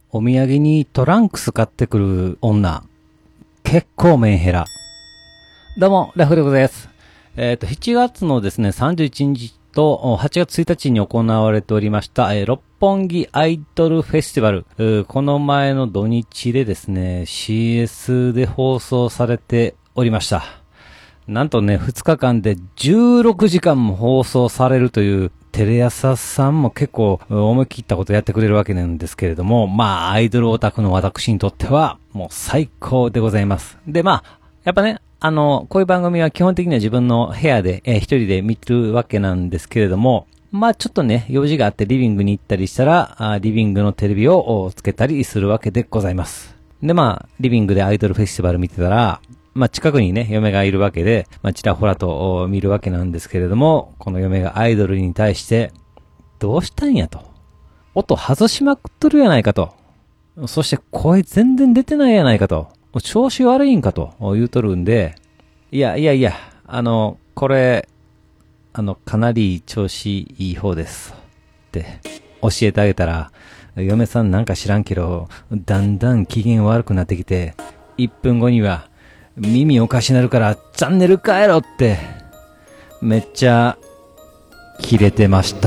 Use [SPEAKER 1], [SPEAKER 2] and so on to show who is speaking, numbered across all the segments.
[SPEAKER 1] お土産にトランクス買ってくる女。結構メンヘラ。どうも、ラフでございます。7月のですね、31日と8月1日に行われておりました、六本木アイドルフェスティバル。この前の土日でですね、CS で放送されておりました。なんとね、2日間で16時間も放送されるという、テレ朝さんも結構思い切ったことやってくれるわけなんですけれども、まあ、アイドルオタクの私にとっては、もう最高でございます。で、まあ、やっぱね、こういう番組は基本的には自分の部屋で、一人で見るわけなんですけれども、まあちょっとね、用事があってリビングに行ったりしたら、リビングのテレビをつけたりするわけでございます。で、まあ、リビングでアイドルフェスティバル見てたら、まあ近くにね、嫁がいるわけで、まあちらほらと見るわけなんですけれども、この嫁がアイドルに対して、どうしたんやと。音外しまくっとるやないかと。そして声全然出てないやないかと。調子悪いんかと言うとるんで、いや、これ、かなり調子いい方です。って教えてあげたら、嫁さんなんか知らんけど、だんだん機嫌悪くなってきて、1分後には、耳おかしなるからチャンネル変えろって、めっちゃ、キレてました。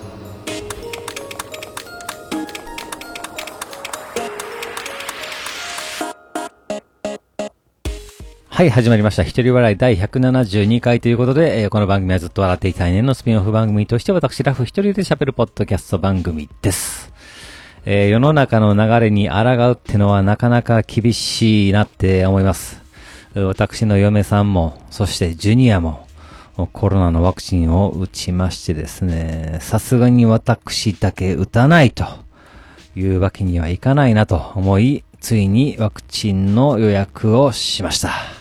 [SPEAKER 1] はい、始まりました。一人笑い第172回ということで、この番組はずっと笑っていたい年のスピンオフ番組として私ラフ一人で喋るポッドキャスト番組です。世の中の流れに抗うってのはなかなか厳しいなって思います。私の嫁さんも、そしてジュニアも、コロナのワクチンを打ちましてですね、さすがに私だけ打たないというわけにはいかないなと思い、ついにワクチンの予約をしました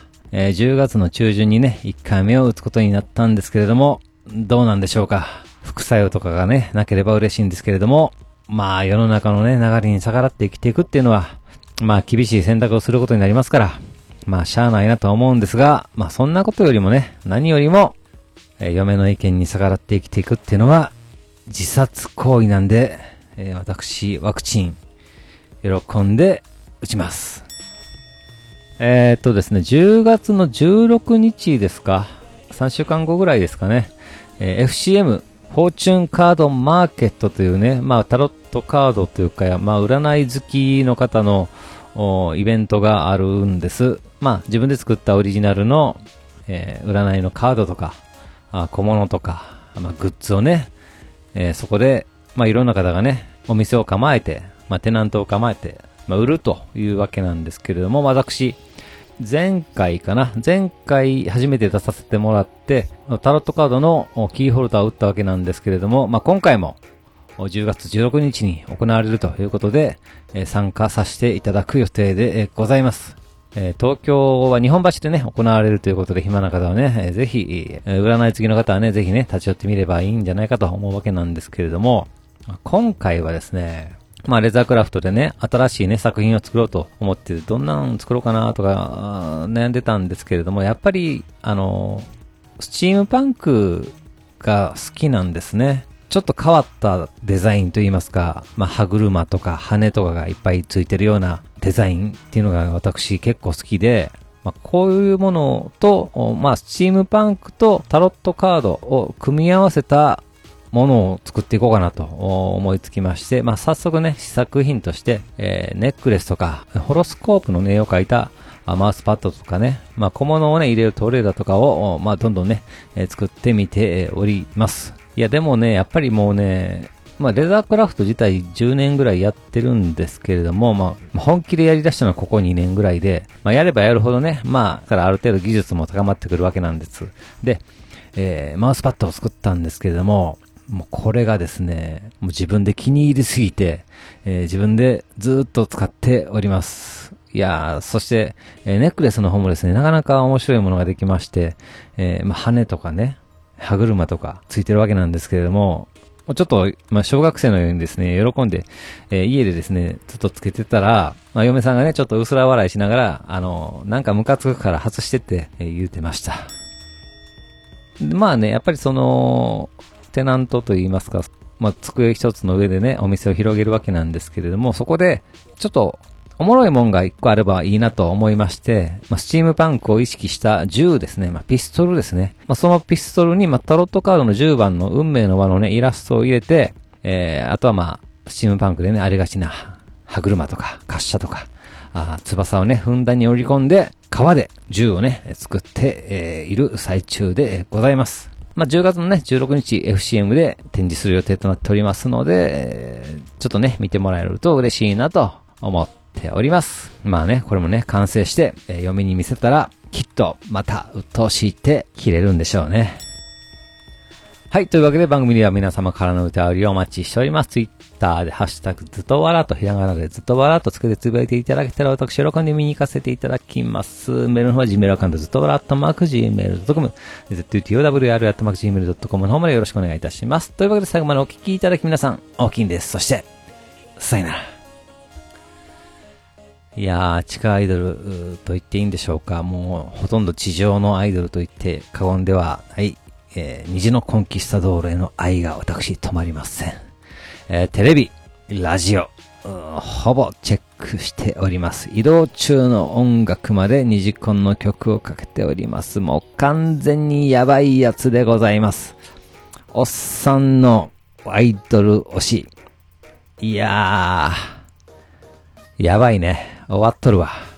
[SPEAKER 1] 。10月の中旬にね、1回目を打つことになったんですけれども、どうなんでしょうか。副作用とかがね、なければ嬉しいんですけれども、まあ世の中のね、流れに逆らって生きていくっていうのは、まあ厳しい選択をすることになりますから、まあしゃあないなとは思うんですが、まあそんなことよりもね、何よりも、嫁の意見に逆らって生きていくっていうのは、自殺行為なんで、私、ワクチン、喜んで打ちます。ですね、10月の16日ですか、3週間後ぐらいですかね、FCM、フォーチュンカードマーケットというね、まあタロットカードというか、まあ占い好きの方のイベントがあるんです。まあ自分で作ったオリジナルの、占いのカードとか、小物とか、まあグッズをね、そこで、まあいろんな方がね、お店を構えて、まあテナントを構えて、まあ売るというわけなんですけれども、私、前回初めて出させてもらって、タロットカードのキーホルダーを打ったわけなんですけれども、まあ今回も、10月16日に行われるということで、参加させていただく予定でございます。東京は日本橋でね、行われるということで、暇な方はね、ぜひ、占い付きの方はね、ぜひね、立ち寄ってみればいいんじゃないかと思うわけなんですけれども、今回はですね、まあ、レザークラフトでね、新しいね、作品を作ろうと思って、どんなの作ろうかなとか、悩んでたんですけれども、やっぱり、スチームパンクが好きなんですね。ちょっと変わったデザインといいますか、まあ、歯車とか羽とかがいっぱいついてるようなデザインっていうのが私結構好きで、まあ、こういうものと、まあ、スチームパンクとタロットカードを組み合わせたものを作っていこうかなと思いつきまして、まあ、早速ね、試作品として、ネックレスとか、ホロスコープの絵を描いたマウスパッドとかね、まあ、小物をね、入れるトレーダーとかを、まあ、どんどんね、作ってみております。いや、でもね、やっぱりもうね、まあ、レザークラフト自体10年ぐらいやってるんですけれども、まあ、本気でやり出したのはここ2年ぐらいで、まあ、やればやるほどね、まあ、からある程度技術も高まってくるわけなんです。で、マウスパッドを作ったんですけれども、もうこれがですね、もう自分で気に入りすぎて、自分でずっと使っております。いやー、そして、ネックレスの方もですね、なかなか面白いものができまして、まあ、羽とかね、歯車とかついてるわけなんですけれども、ちょっと、まあ、小学生のようにですね、喜んで、家でですね、ずっとつけてたら、まあ、嫁さんがね、ちょっと薄ら笑いしながら、なんかムカつくから外してって、言うてました。まあね、やっぱりその、テナントと言いますか、 机一つの上でね、お店を広げるわけなんですけれども、そこで、ちょっと、おもろいもんが一個あればいいなと思いまして、スチームパンクを意識した銃ですね。ピストルですね。そのピストルに、タロットカードの10番の運命の輪のね、イラストを入れて、あとはスチームパンクでね、ありがちな、歯車とか、滑車とか、翼をね、ふんだんに織り込んで、革で銃をね、作って、いる最中でございます。10月のね、16日 FCM で展示する予定となっておりますので、ちょっとね、見てもらえると嬉しいなと思っております。これもね、完成して、嫁に見せたら、きっとまた鬱陶しいって切れるんでしょうね。はい。というわけで番組では皆様からの歌売りをお待ちしております。ツイッターでハッシュタグずっとわらとひらがなでずっとわらとつけてつぶやいていただけたら私喜んで見に行かせていただきます。メールの方は Gmail アカウントずっとわら@gmail.com zutowr@gmail.com の方までよろしくお願いいたします。というわけで最後までお聞きいただき皆さん大きいんです。そして、さよなら。いやー、地下アイドルと言っていいんでしょうか。もうほとんど地上のアイドルと言って過言ではない。虹のコンキスタドールへの愛が私止まりません。テレビ、ラジオ、ほぼチェックしております。移動中の音楽まで虹コンの曲をかけております。もう完全にやばいやつでございます。おっさんのアイドル推し。いやー、やばいね。終わっとるわ。